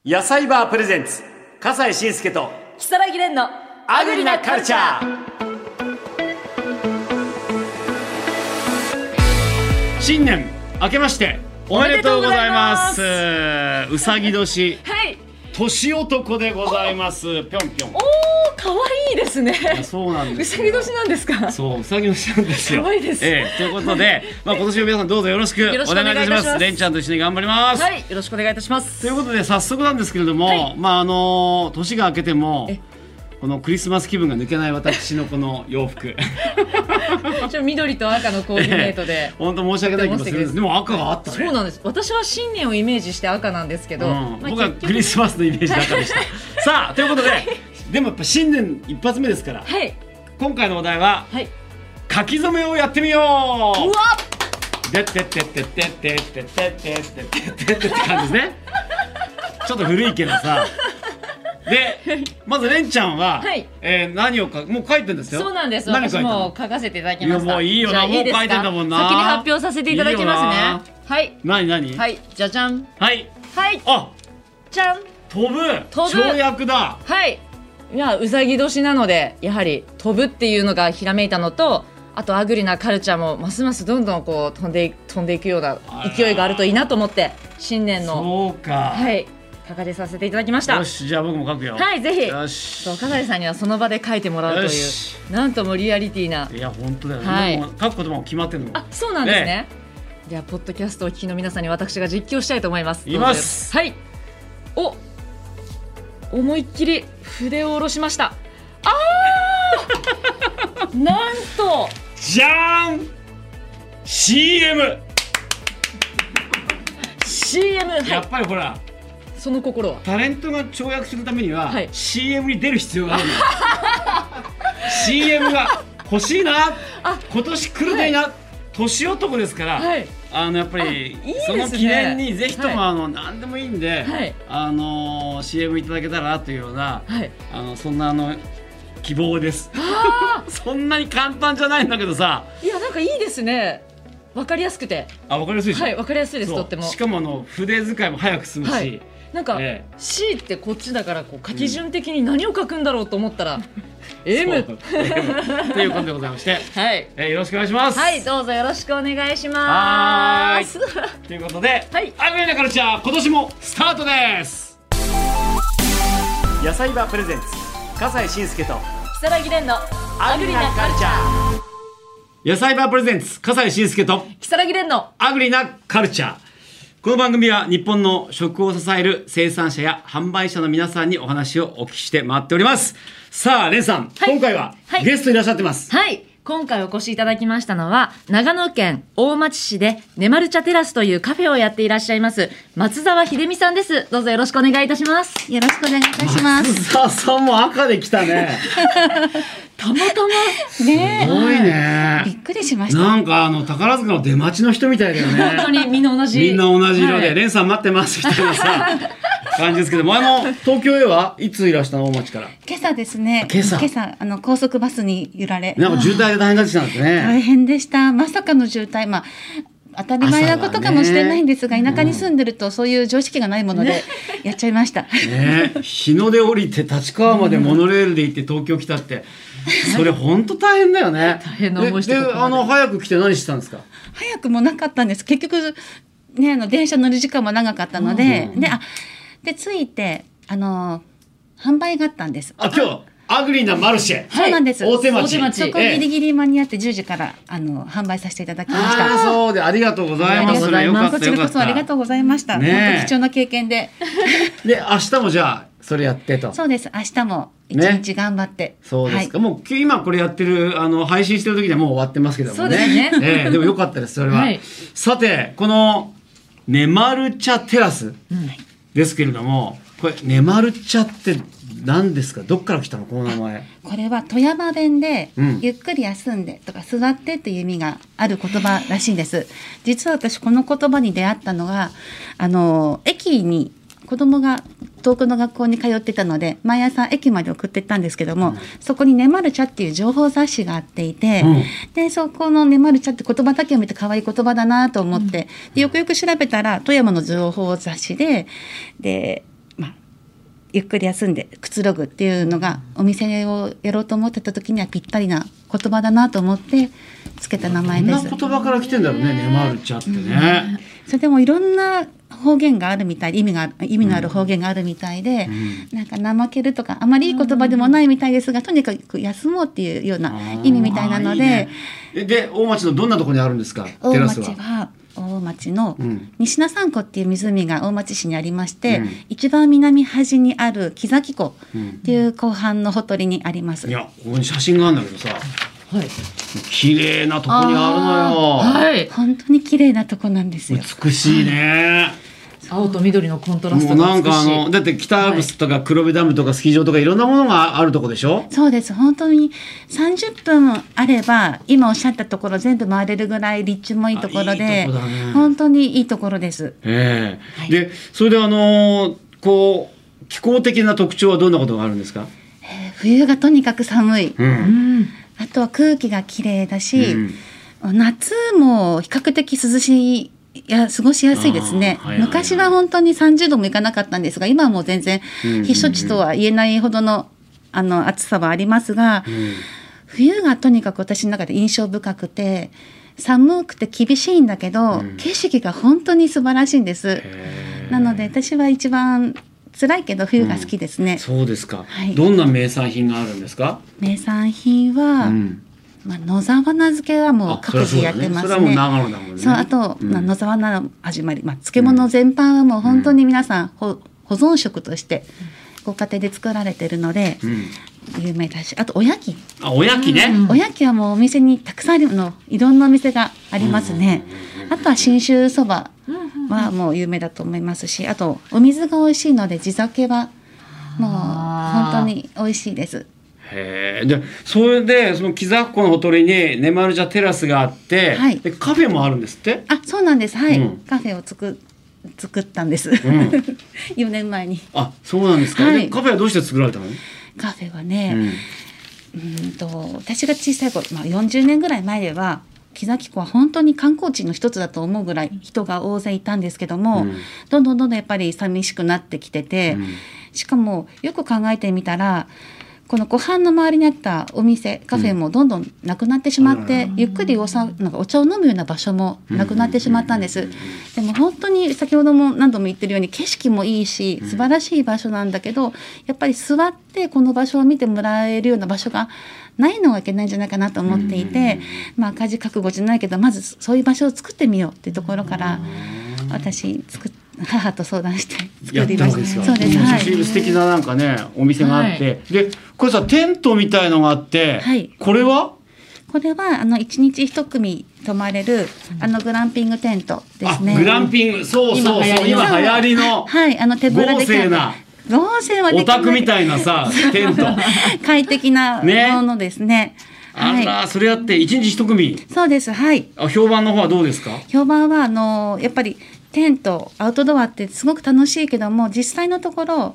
野菜バープレゼンツ笠西慎介と如月蓮のアグリなカルチャー。新年明けましておめでとうございます。うさぎ年、 はい、 年男でございます。ぴょんぴょん。 おー、可愛いですね。 そうなんです。 うさぎ年なんですか。 そう、うさぎ年なんですよ。 可愛いです。 ということで、今年も皆さんどうぞよろしくお願いいたします。れんちゃんと一緒に頑張ります。 はい、よろしくお願いいたします。 ということで早速なんですけれども、はい、年が明けてもこのクリスマス気分が抜けない私のこの洋服緑と赤のコーディネートで本当申し訳ない気もするんです。でも赤があったね。 そうなんです。私は新年をイメージして赤なんですけど、 僕はクリスマスのイメージで赤でしたさあということででもやっぱ新年一発目ですから、はい、今回のお題は、はい、書き初めをやってみよう。うわっでってってってってってってってってってって感じですねちょっと古いけどさでまずれんちゃんは、はい、何をもう書いてるんですよ。 そうなんです。私も書かせていただきました。 いやもういいよな、もう書いてんだもんな。 先に発表させていただきますね。はい。 何はい、じゃじゃん。 はいはいあじゃん。 飛ぶ跳躍だ。 はい。いやうさぎ年なのでやはり飛ぶっていうのがひらめいたのと、あとアグリなカルチャーもますますどんどんこう飛んでいくような勢いがあるといいなと思って新年のそうかはい書かせさせていただきました。 よし、じゃあ僕も書くよ。 はい、ぜひ。 よし。 そう、笠井さんにはその場で書いてもらうという、なんともリアリティな。 いや本当だよね。 はい、 もう書くことも決まってるの。 あ、そうなんですね。ではポッドキャストをお聞きの皆さんに私が実況したいと思います。 います。 はい。思いっきり筆を下ろしました。なんと。 じゃーん。CM。やっぱりほら。 その心はタレントが跳躍するためには、はい、CM に出る必要があるのCM が欲しいな今年来るといいな、はい、年男ですから、はい、やっぱりいい、ね、その記念にぜひとも、はい、何でもいいんで、はい、CM いただけたらなというような、はい、そんな希望ですそんなに簡単じゃないんだけどさ。 いやなんかいいですね。わかりやすくて。 わかりやすいでしょ。 はい、わかりやすいです。とっても。 しかも筆使いも早く済むし、はい、 なんか、C ってこっちだからこう書き順的に何を書くんだろうと思ったら、M ということでございまして、はい、よろしくお願いします。 はい、どうぞよろしくお願いします。 ということで、はい、アグリなカルチャー今年もスタートです。野菜バープレゼンツ笠西慎介と如月蓮のアグリなカルチャー。 野菜バープレゼンツ笠西慎介と如月蓮のアグリなカルチャー。この番組は日本の食を支える生産者や販売者の皆さんにお話をお聞きして回っております。さあ、レンさん、はい、今回はゲストいらっしゃってます。 はい。今回お越しいただきましたのは、長野県大町市でねまる茶テラスというカフェをやっていらっしゃいます松沢秀美さんです。どうぞよろしくお願いいたします。 よろしくお願いいたします。 松沢さんも赤で来たねたまたまね。 すごいね。 びっくりしました。 なんか宝塚の出待ちの人みたいだよね。 本当にみんな同じ色で、レンさん待ってますみたいなさ感じですけども、東京へはいついらしたの？大町から。 今朝ですね。 今朝高速バスに揺られ。 なんか渋滞で大変だったんですね。 大変でした。まさかの渋滞。当たり前なことかもしれないんですが、田舎に住んでるとそういう常識がないものでやっちゃいました。 日の出降りて立川までモノレールで行って東京来たって、それ本当大変だよね。 大変な思いしてで早く来て何してたんですか？ 早くもなかったんです。結局ね電車乗る時間も長かったので、で着いて販売があったんです。 今日アグリなマルシェ。 そうなんです。 大手町。 そこギリギリ間に合って10時から販売させていただきました。 そうでありがとうございます。 こちらこそありがとうございました。本当貴重な経験で。 で明日もじゃあそれやってと。 そうです。明日も一日頑張って。 そうですか。もう今これやってる配信してる時にはもう終わってますけどもね。 そうですね。 でも良かったですそれは。さてこのねまる茶テラスですけれども、これねまる茶って何ですか？どっから来たのこの名前？ これは富山弁で、ゆっくり休んでとか座ってという意味がある言葉らしいんです。実は私この言葉に出会ったのが駅に子供が遠くの学校に通ってたので毎朝駅まで送ってったんですけども、そこにねまる茶っていう情報雑誌があっていて、でそこのねまる茶って言葉だけを見て可愛い言葉だなと思って、でよくよく調べたら富山の情報雑誌でゆっくり休んでくつろぐっていうのがお店をやろうと思ってた時にはぴったりな言葉だなと思ってつけた名前です。 こんな言葉から来てんだろうね、ねまるちゃってね。 それでもいろんな方言があるみたいで、意味のある方言があるみたいで、なんか怠けるとかあまりいい言葉でもないみたいですが、とにかく休もうっていうような意味みたいなので。 いいね。で大町のどんなところにあるんですか？ 大町は大町の西名山湖っていう湖が大町市にありまして、一番南端にある木崎湖っていう湖畔のほとりにあります。 いや、ここに写真があるんだけどさ、はい、綺麗なとこにあるのよ。 はい、本当に綺麗なとこなんですよ。 美しいね。 青と緑のコントラストが美しい。 もうなんかだって北アルプスとか黒部ダムとかスキー場とかいろんなものがあるとこでしょ。 そうです。本当に30分あれば今おっしゃったところ全部回れるぐらい立地もいいところで、いいとこだね、本当にいいところです。 はい、でそれでこう気候的な特徴はどんなことがあるんですか？ 冬がとにかく寒い、あとは空気がきれいだし、夏も比較的涼しい、過ごしやすいですね。昔は本当に30度もいかなかったんですが、今はもう全然避暑地とは言えないほどの暑さはありますが、冬がとにかく私の中で印象深くて、寒くて厳しいんだけど、景色が本当に素晴らしいんです。なので私は一番辛いけど冬が好きですね。 そうですか、はい、どんな名産品があるんですか？ 名産品は、野沢菜漬けはもう各自やってますね。 それはもう長野だもんね。 そう、あと、野沢菜の始まり、漬物全般はもう本当に皆さん、保存食としてご家庭で作られてるので、有名だし、あとおやき。 おやきね。 おやきはもうお店にたくさんいろんなお店がありますね。あとは信州そばはもう有名だと思いますし、あとお水が美味しいので地酒はもう本当に美味しいです。 へえ。でそれでその木崎湖のほとりにねまるじゃテラスがあって、はい、でカフェもあるんですって？ あ、そうなんです。はい、カフェを作ったんです。4年前に。 あ、そうなんですか。でカフェはどうして作られたの？ カフェはね、私が小さい頃、40年ぐらい前では木崎湖は本当に観光地の一つだと思うぐらい人が大勢いたんですけども、どんどんやっぱり寂しくなってきてて、しかもよく考えてみたらこの湖畔の周りにあったお店カフェもどんどんなくなってしまって、ゆっくりなんかお茶を飲むような場所もなくなってしまったんです。でも本当に先ほども何度も言ってるように景色もいいし素晴らしい場所なんだけど、やっぱり座ってこの場所を見てもらえるような場所がないのがいけないんじゃないかなと思っていて、赤字覚悟じゃないけどまずそういう場所を作ってみようっていうところから私母と相談して作りました。そうです。はい。 素敵ななんかねお店があって、でこれさテントみたいのがあって、これは 1日1組泊まれるグランピングテントですね。 グランピング、そう今流行りの手ぶらで豪勢なオタクみたいなさテント快適なものですね。 あら、それやって1日1組。 そうです。はい。 評判の方はどうですか？ 評判はやっぱりテントアウトドアってすごく楽しいけども、実際のところ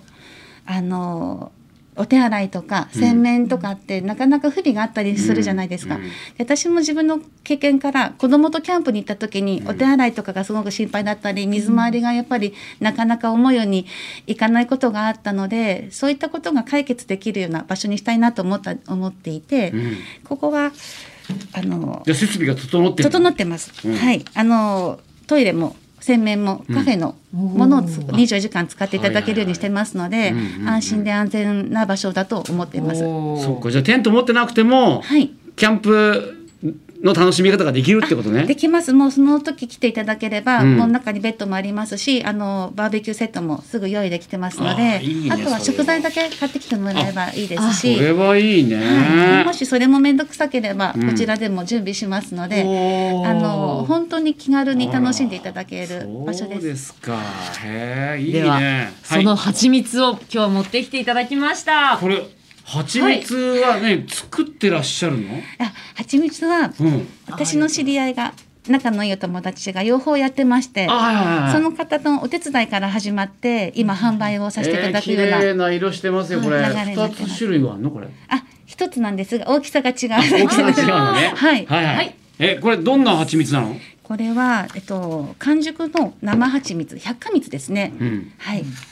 お手洗いとか洗面とかってなかなか不備があったりするじゃないですか。で私も自分の経験から子供とキャンプに行った時にお手洗いとかがすごく心配だったり、水回りがやっぱりなかなか思うようにいかないことがあったので、そういったことが解決できるような場所にしたいなと思っていて、ここは設備が整ってます。はい。トイレも洗面もカフェのものを24時間使っていただけるようにしてますので、安心で安全な場所だと思っています。 そうか。じゃあテント持ってなくても、キャンプの楽しみ方ができるってことね。 できます。もうその時来ていただければ、この中にベッドもありますし、バーベキューセットもすぐ用意できてますので、あとは食材だけ買ってきてもらえばいいですし、 それはいいね。 もしそれも面倒くさければ、こちらでも準備しますので、本当に気軽に楽しんでいただける場所です。そうですか。へえ、いいね。 ではその蜂蜜を今日持ってきていただきました。 これ蜂蜜はね、作ってらっしゃるの？ 蜂蜜は、私の知り合いが仲のいいお友達が養蜂やってまして、その方のお手伝いから始まって今販売をさせていただくような、 綺麗な色してますよこれ。2つ種類はあるのこれ？ 1つなんですが大きさが違う。 大きさが違うのね。 はいはい。これどんな蜂蜜なの？ これは完熟の生蜂蜜、百花蜜ですね。はい。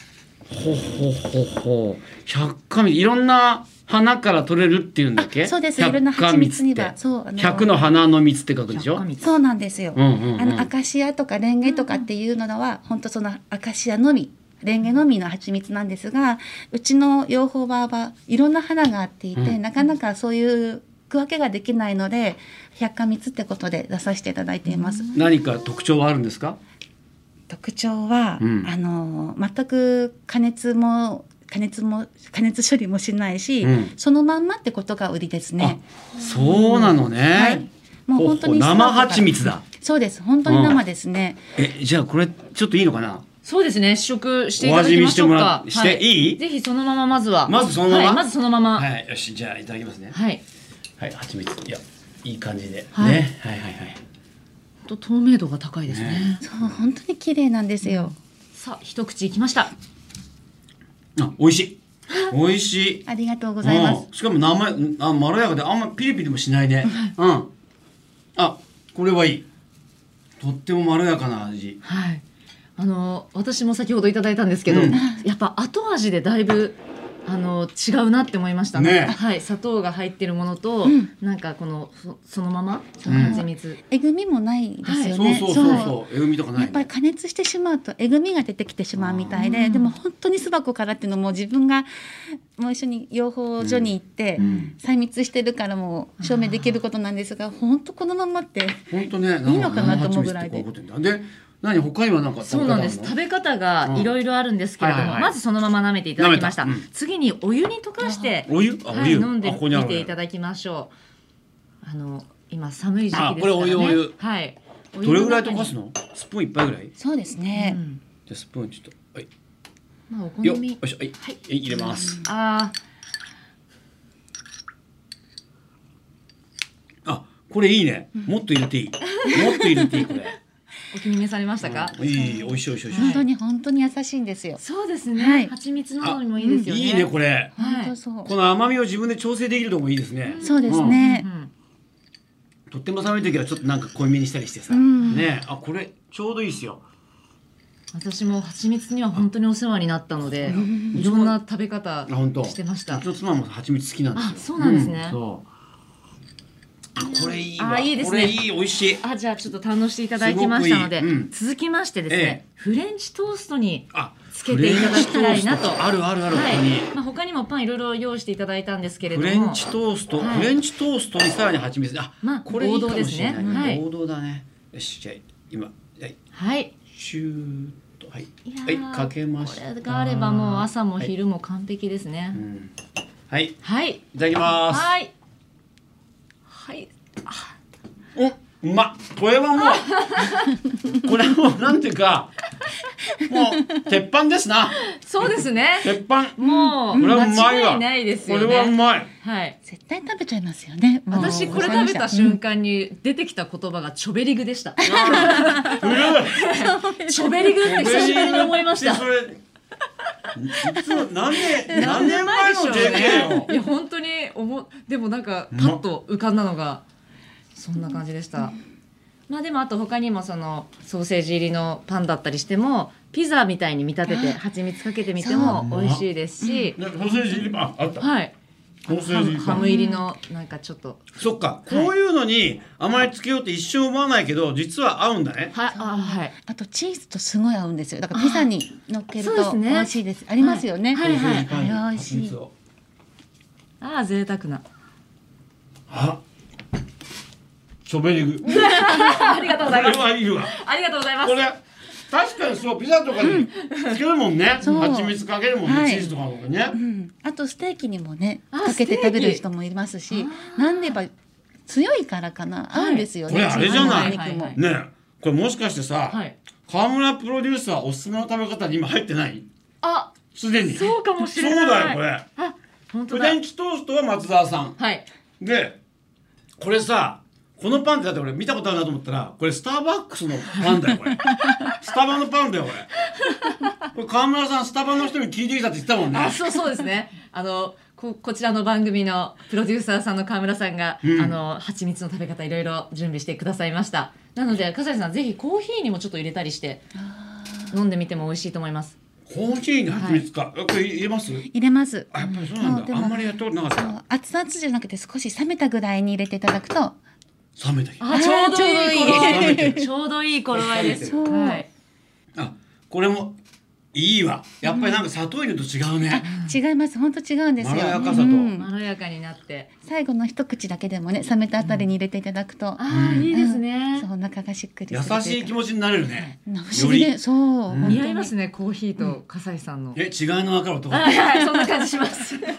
ほほほほ。百花蜜、いろんな花から取れるっていうんだっけ？ そうです。いろんな蜂蜜には、そう、 百の花の蜜って書くでしょ？ そうなんですよ。アカシアとかレンゲとかっていうのは、本当そのアカシアのみ、レンゲのみの蜂蜜なんですが、うちの養蜂場はいろんな花があっていて、なかなかそういう区分けができないので、百花蜜ってことで出させていただいています。 何か特徴はあるんですか？ 特徴は、全く加熱処理もしないし、そのまんまってことが売りですね。 そうなのね。はい。 もう本当に生蜂蜜だ。 そうです。本当に生ですね。 じゃあこれちょっといいのかな？ そうですね。試食していただきましょうか。 していい？ ぜひそのまままずは。 まずそのまま。 まずそのまま。 はい。よし、じゃあいただきますね。 はい。 はい、蜂蜜。いや、いい感じで。ね。はいはいはい。 透明度が高いですね。 そう、本当に綺麗なんですよ。 さあ、一口いきました。 美味しい。美味しい。 ありがとうございます。 しかもまろやかであんまピリピリもしないね。これはいい。とってもまろやかな味。 はい。私も先ほどいただいたんですけど、やっぱ後味でだいぶ違うなって思いましたね。はい、砂糖が入ってるものと、なんかそのまま蜂蜜。 えぐみもないですよね。 そう。えぐみとかない。 やっぱり加熱してしまうとえぐみが出てきてしまうみたいで、でも本当に巣箱からっていうのも自分がもう一緒に養蜂所に行って採蜜してるからもう証明できることなんですが、本当このままっていいのかなと思うぐらいで。 他には何かそうなんです。食べ方がいろいろあるんですけれども、まずそのまま舐めていただきました。次にお湯に溶かして飲んでみていただきましょう。今寒い時期ですからね。 これお湯。 はい。 どれぐらい溶かすの？スプーン1杯ぐらい？ そうですね。 じゃスプーンちょっと、はい。 まあお好み。 よいしょ、はい、入れます。これいいね。もっと入れていい。もっと入れていいこれ。 お気に召されましたか？ いい、美味しい美味しい。 本当に優しいんですよ。 そうですね。蜂蜜ののにもいいですよね。 いいねこれ。この甘みを自分で調整できるのもいいですね。 そうですね。 とっても寒い時はちょっとなんか濃いめにしたりしてさ。ね、これちょうどいいですよ。 私も蜂蜜には本当にお世話になったので、いろんな食べ方してました。 うちの妻も蜂蜜好きなんですよ。 そうなんですね。 これいいわ。 いいですね。 これいい、美味しい。 じゃあちょっと堪能していただきましたので、続きましてですね、フレンチトーストにつけていただきたいなと。 ある。 他にもパンいろいろ用意していただいたんですけれども、 フレンチトーストにさらに蜂蜜。これいいかもしれない。王道だね。よし、じゃあ今シューッとはいかけました。 これがあればもう朝も昼も完璧ですね。 はい。いただきます。うまっ。これはもうなんていうかもう鉄板ですな。 そうですね。 鉄板。 もう間違いないですよね。 これはうまい。 絶対食べちゃいますよね。 私これ食べた瞬間に出てきた言葉がチョベリグでした。チョベリグって久しぶりに思いました。 何年前の JK よ。 いや本当にでもなんかパッと浮かんだのがそんな感じでした。でもあと他にもそのソーセージ入りのパンだったりしてもピザみたいに見立てて蜂蜜かけてみても美味しいですし、 ソーセージ入りパンあった。 ハム入りのなんかちょっとそっか、こういうのにあまりつけようって一生思わないけど実は合うんだね。 あとチーズとすごい合うんですよ。だからピザに乗っけると美味しいです。ありますよね。美味しい。 贅沢な。 チョベリグ。 ありがとうございます。 これはいるわ。 ありがとうございます。 これ確かにそう、ピザとかにつけるもんね。蜂蜜かけるもんね、チーズとかのね。 あとステーキにもねかけて食べる人もいますし、なんでば強いからかな、合うんですよね。 これあれじゃないね。これもしかしてさ、川村プロデューサーおすすめの食べ方に今入ってない？すでに。 そうかもしれない。 そうだよこれ。フレンチトーストは松沢さん。でこれさ、このパンってだって俺見たことあるなと思ったら、これスターバックスのパンだよこれ。スタバのパンだよこれ。これ川村さんスタバの人に聞いてきたって言ったもんね。 そうですね。こちらの番組のプロデューサーさんの川村さんが、蜂蜜の食べ方いろいろ準備してくださいました。なので笠井さんぜひコーヒーにもちょっと入れたりして飲んでみても美味しいと思います。 コーヒーに蜂蜜か、これ入れます？ 入れます。 やっぱりそうなんだ。あんまりやったことなかった。 熱々じゃなくて少し冷めたぐらいに入れていただくと。 冷めた。 ちょうどいい。ちょうどいい頃合いです。はい。 これもいいわ。やっぱりなんか砂糖入れると違うね。 違います。本当違うんですよ。 まろやかさとまろやかになって、 最後の一口だけでもね、冷めたあたりに入れていただくと、 いいですね。 そう、お腹がしっくり。 優しい気持ちになれるね。 不思議で、そう、 似合いますね。コーヒーと笠井さんの。 違いの分かる男。 はい、そんな感じします。そこ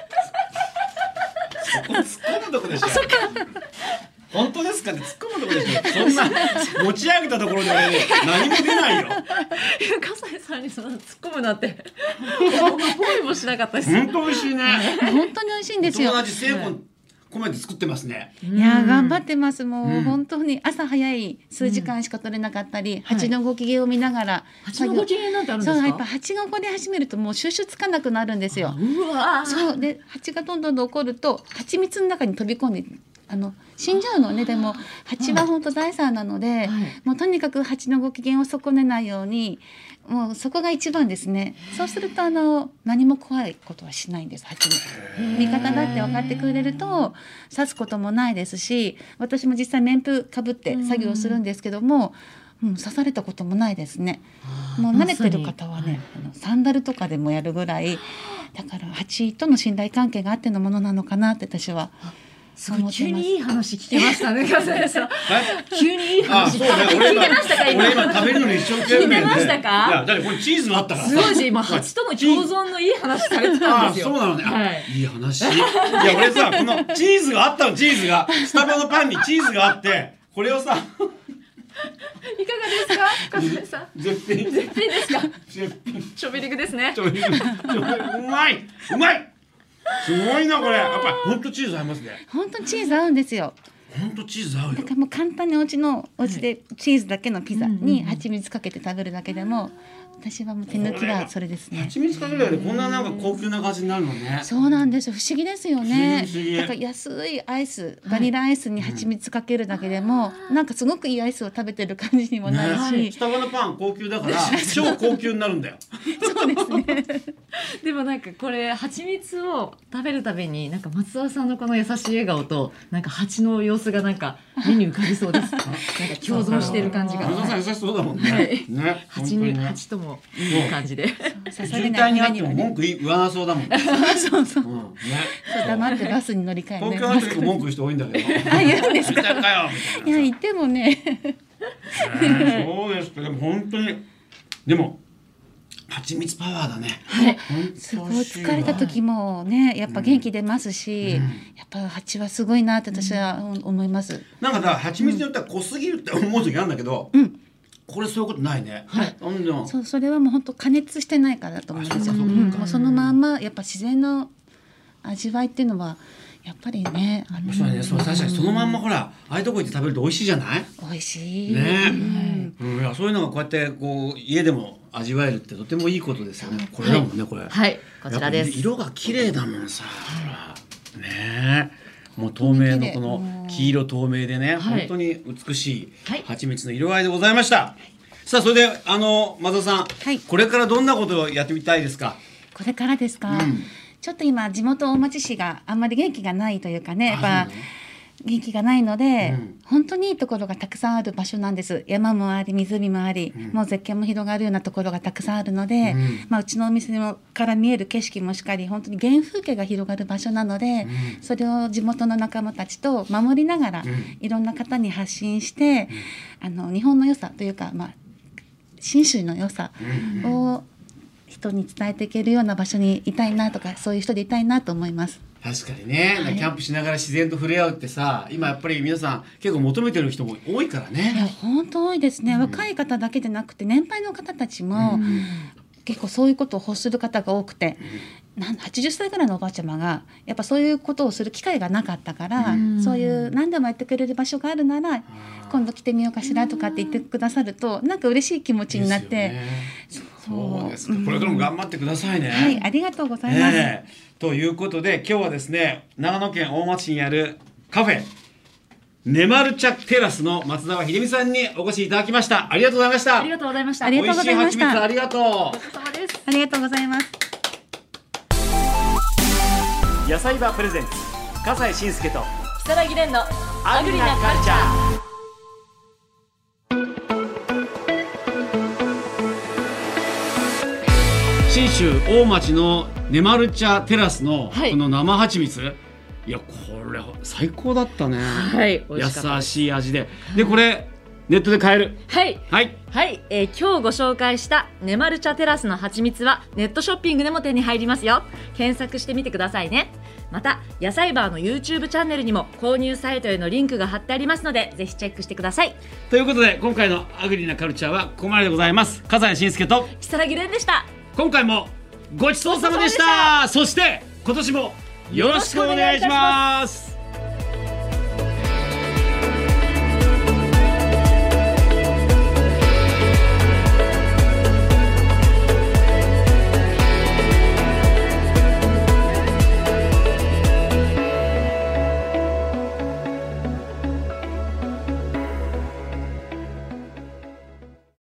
突っ込むとこでしょ。本当ですかね、突っ込むとこでしょ。そんな持ち上げたところで何も出ないよ。 笠井さんにその突っ込むなんて思いもしなかったです。 本当美味しいね。 本当に美味しいんですよ。 友達精魂込めて作ってますね。 いや頑張ってます。もう本当に朝早い数時間しか取れなかったり、蜂のご機嫌を見ながら。 蜂のご機嫌なんてあるんですか？ そう、やっぱ蜂がこで始めるともう収集つかなくなるんですよ。 うわ。 そうで、蜂がどんどん起こると蜂蜜の中に飛び込んで死んじゃうのね。でも蜂は本当財産なので、もうとにかく蜂のご機嫌を損ねないように、もうそこが一番ですね。そうすると何も怖いことはしないんです。蜂に味方だって分かってくれると刺すこともないですし、私も実際面布かぶって作業するんですけども、刺されたこともないですね。もう慣れてる方はね、サンダルとかでもやるぐらいだから、蜂との信頼関係があってのものなのかなって私は。 急にいい話聞けましたね。急にいい話聞けましたか？ 俺今食べるのに一生懸命聞けましたか？ いやだってこれチーズがあったから。 すごいし、今蜂との共存のいい話されてたんですよ。 そうなのね。いい話。いや俺さ、このチーズがあったの、チーズがスタバのパンにチーズがあって、これをさ。 いかがですか、笠井さん。 絶品ですか。 絶品。 ちょびりくですね。 うまい。すごいなこれ。やっぱり本当チーズ合いますね。 本当チーズ合うんですよ。 本当チーズ合うよ。 だからもう簡単にお家でチーズだけのピザに蜂蜜かけて食べるだけでも、私はもう手抜きはそれですね。 蜂蜜かけるだけでこんななんか高級な感じになるのね。 そうなんですよ。不思議ですよね。 不思議。 だから安いアイス、バニラアイスに蜂蜜かけるだけでも、なんかすごくいいアイスを食べてる感じにもなるし、 スタバのパン高級だから超高級になるんだよ。 そうですね。 でもなんかこれ蜂蜜を食べるたびになんか松尾さんのこの優しい笑顔となんか蜂の様子がなんか目に浮かびそうです。なんか共存している感じが。 松尾さん優しそうだもんね。 蜂ともいい感じで。 渋滞にあっても文句言わなそうだもん。 そう。黙ってバスに乗り換え。 東京の人文句人多いんだけど。 言うんですか。いや言ってもね。 そうですけど、でも本当にでも。蜂蜜パワーだね。 すごい疲れた時もね、やっぱ元気出ますし、やっぱ蜂はすごいなって私は思います。 なんか蜂蜜によっては濃すぎるって思う時あるんだけど、これそういうことないね。 それはもう本当加熱してないからだと思うんですよ。もうそのまんまやっぱ自然の味わいっていうのは。やっぱりね、 確かにそのまんまほら、ああいうとこ行って食べると美味しいじゃない？ 美味しい。 ね、そういうのがこうやってこう家でも味わえるってとてもいいことですよね。これだもんね、これ。 はい、こちらです。 色が綺麗だもんさ。ね、もう透明のこの黄色透明でね、本当に美しい蜂蜜の色合いでございました。さあ、それで松尾さん、これからどんなことをやってみたいですか？ これからですか？ちょっと今地元大町市があんまり元気がないというかね、やっぱ元気がないので、本当にいいところがたくさんある場所なんです。山もあり湖もあり、もう絶景も広がるようなところがたくさんあるので、うちのお店から見える景色もしっかり本当に原風景が広がる場所なので、それを地元の仲間たちと守りながら、いろんな方に発信して、日本の良さというか、信州の良さを人に伝えていけるような場所にいたいなとか、そういう人でいたいなと思います。 確かにね、キャンプしながら自然と触れ合うってさ、今やっぱり皆さん結構求めてる人も多いからね。 いや本当多いですね。若い方だけでなくて年配の方たちも、結構そういうことを欲する方が多くて、80歳ぐらいのおばあちゃまがやっぱそういうことをする機会がなかったから、そういう何でもやってくれる場所があるなら今度来てみようかしらとかって言ってくださると、なんか嬉しい気持ちになって、 そうですか。これからも頑張ってくださいね。 はい、ありがとうございます。 ということで今日はですね、長野県大町市にあるカフェねまる茶テラスの松澤秀美さんにお越しいただきました。ありがとうございました。 ありがとうございました。 ありがとうございました。 美味しい蜂蜜ありがとう。 ごちそうさまです。 ありがとうございます。 野菜バープレゼンツ笠西慎介と如月蓮のアグリなカルチャー。 信州大町のねまる茶テラスのこの生蜂蜜、いやこれ最高だったね。 はい、 優しい味で。でこれネットで買える。 はいはいはい、今日ご紹介したねまる茶テラスの蜂蜜はネットショッピングでも手に入りますよ。検索してみてくださいね。また野菜バーの YouTube チャンネルにも購入サイトへのリンクが貼ってありますので、ぜひチェックしてください。 ということで今回のアグリなカルチャーはここまででございます。笠西慎介と如月蓮でした。 今回もごちそうさまでした。そして今年もよろしくお願いします。